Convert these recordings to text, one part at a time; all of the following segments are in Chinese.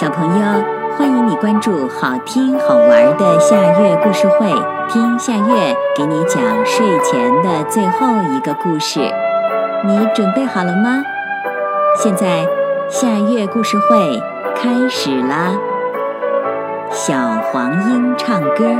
小朋友，欢迎你关注好听好玩的夏月故事会，听夏月给你讲睡前的最后一个故事。你准备好了吗？现在夏月故事会开始啦！小黄莺唱歌。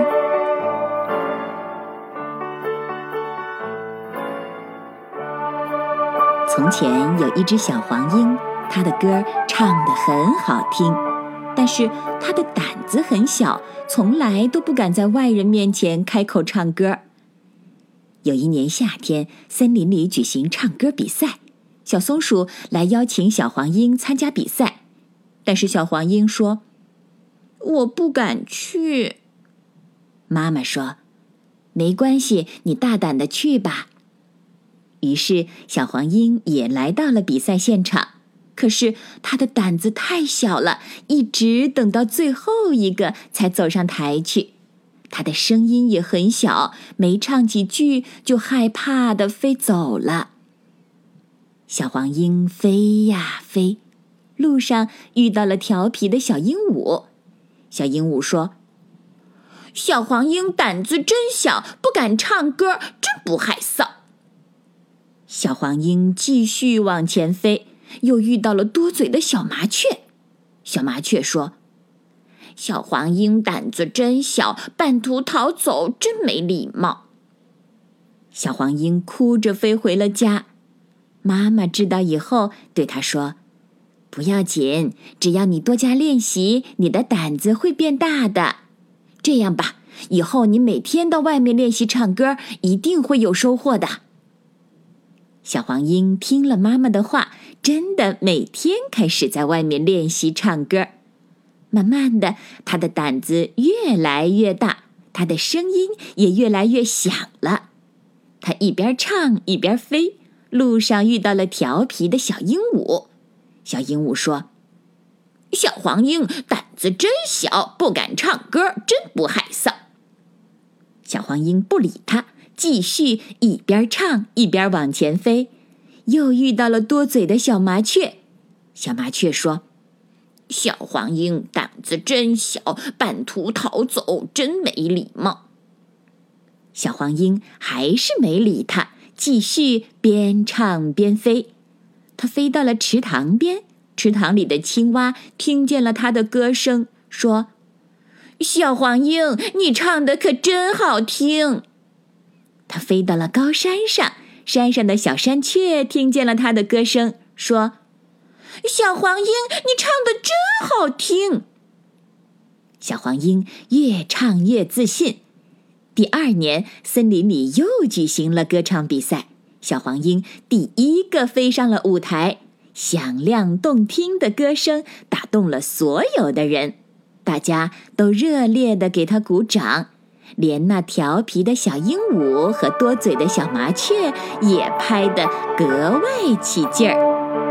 从前有一只小黄莺，它的歌唱得很好听，但是它的胆子很小，从来都不敢在外人面前开口唱歌。有一年夏天，森林里举行唱歌比赛，小松鼠来邀请小黄莺参加比赛，但是小黄莺说：“我不敢去。”妈妈说：“没关系，你大胆地去吧。”于是小黄莺也来到了比赛现场，可是他的胆子太小了，一直等到最后一个才走上台去。他的声音也很小，没唱几句就害怕地飞走了。小黄莺飞呀飞，路上遇到了调皮的小鹦鹉。小鹦鹉说：“小黄莺胆子真小，不敢唱歌，真不害臊。”小黄莺继续往前飞，又遇到了多嘴的小麻雀。小麻雀说：“小黄莺胆子真小，半途逃走，真没礼貌。”小黄莺哭着飞回了家。妈妈知道以后对她说：“不要紧，只要你多加练习，你的胆子会变大的。这样吧，以后你每天到外面练习唱歌，一定会有收获的。”小黄莺听了妈妈的话，真的每天开始在外面练习唱歌。慢慢的，他的胆子越来越大，他的声音也越来越响了。他一边唱一边飞，路上遇到了调皮的小鹦鹉。小鹦鹉说：“小黄莺胆子真小，不敢唱歌，真不害臊。”小黄莺不理他，继续一边唱一边往前飞，又遇到了多嘴的小麻雀。小麻雀说：“小黄莺胆子真小，半途逃走，真没礼貌。”小黄莺还是没理他，继续边唱边飞。他飞到了池塘边，池塘里的青蛙听见了他的歌声，说：“小黄莺，你唱的可真好听。”他飞到了高山上，山上的小山雀听见了他的歌声，说：“小黄莺，你唱得真好听。”小黄莺越唱越自信。第二年，森林里又举行了歌唱比赛，小黄莺第一个飞上了舞台，响亮动听的歌声打动了所有的人，大家都热烈地给他鼓掌。连那调皮的小鹦鹉和多嘴的小麻雀也拍得格外起劲儿。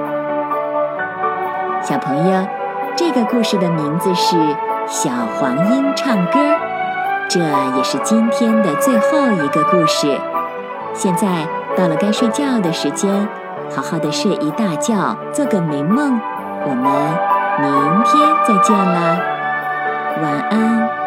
小朋友，这个故事的名字是《小黄莺唱歌》，这也是今天的最后一个故事。现在到了该睡觉的时间，好好的睡一大觉，做个美梦。我们明天再见啦，晚安。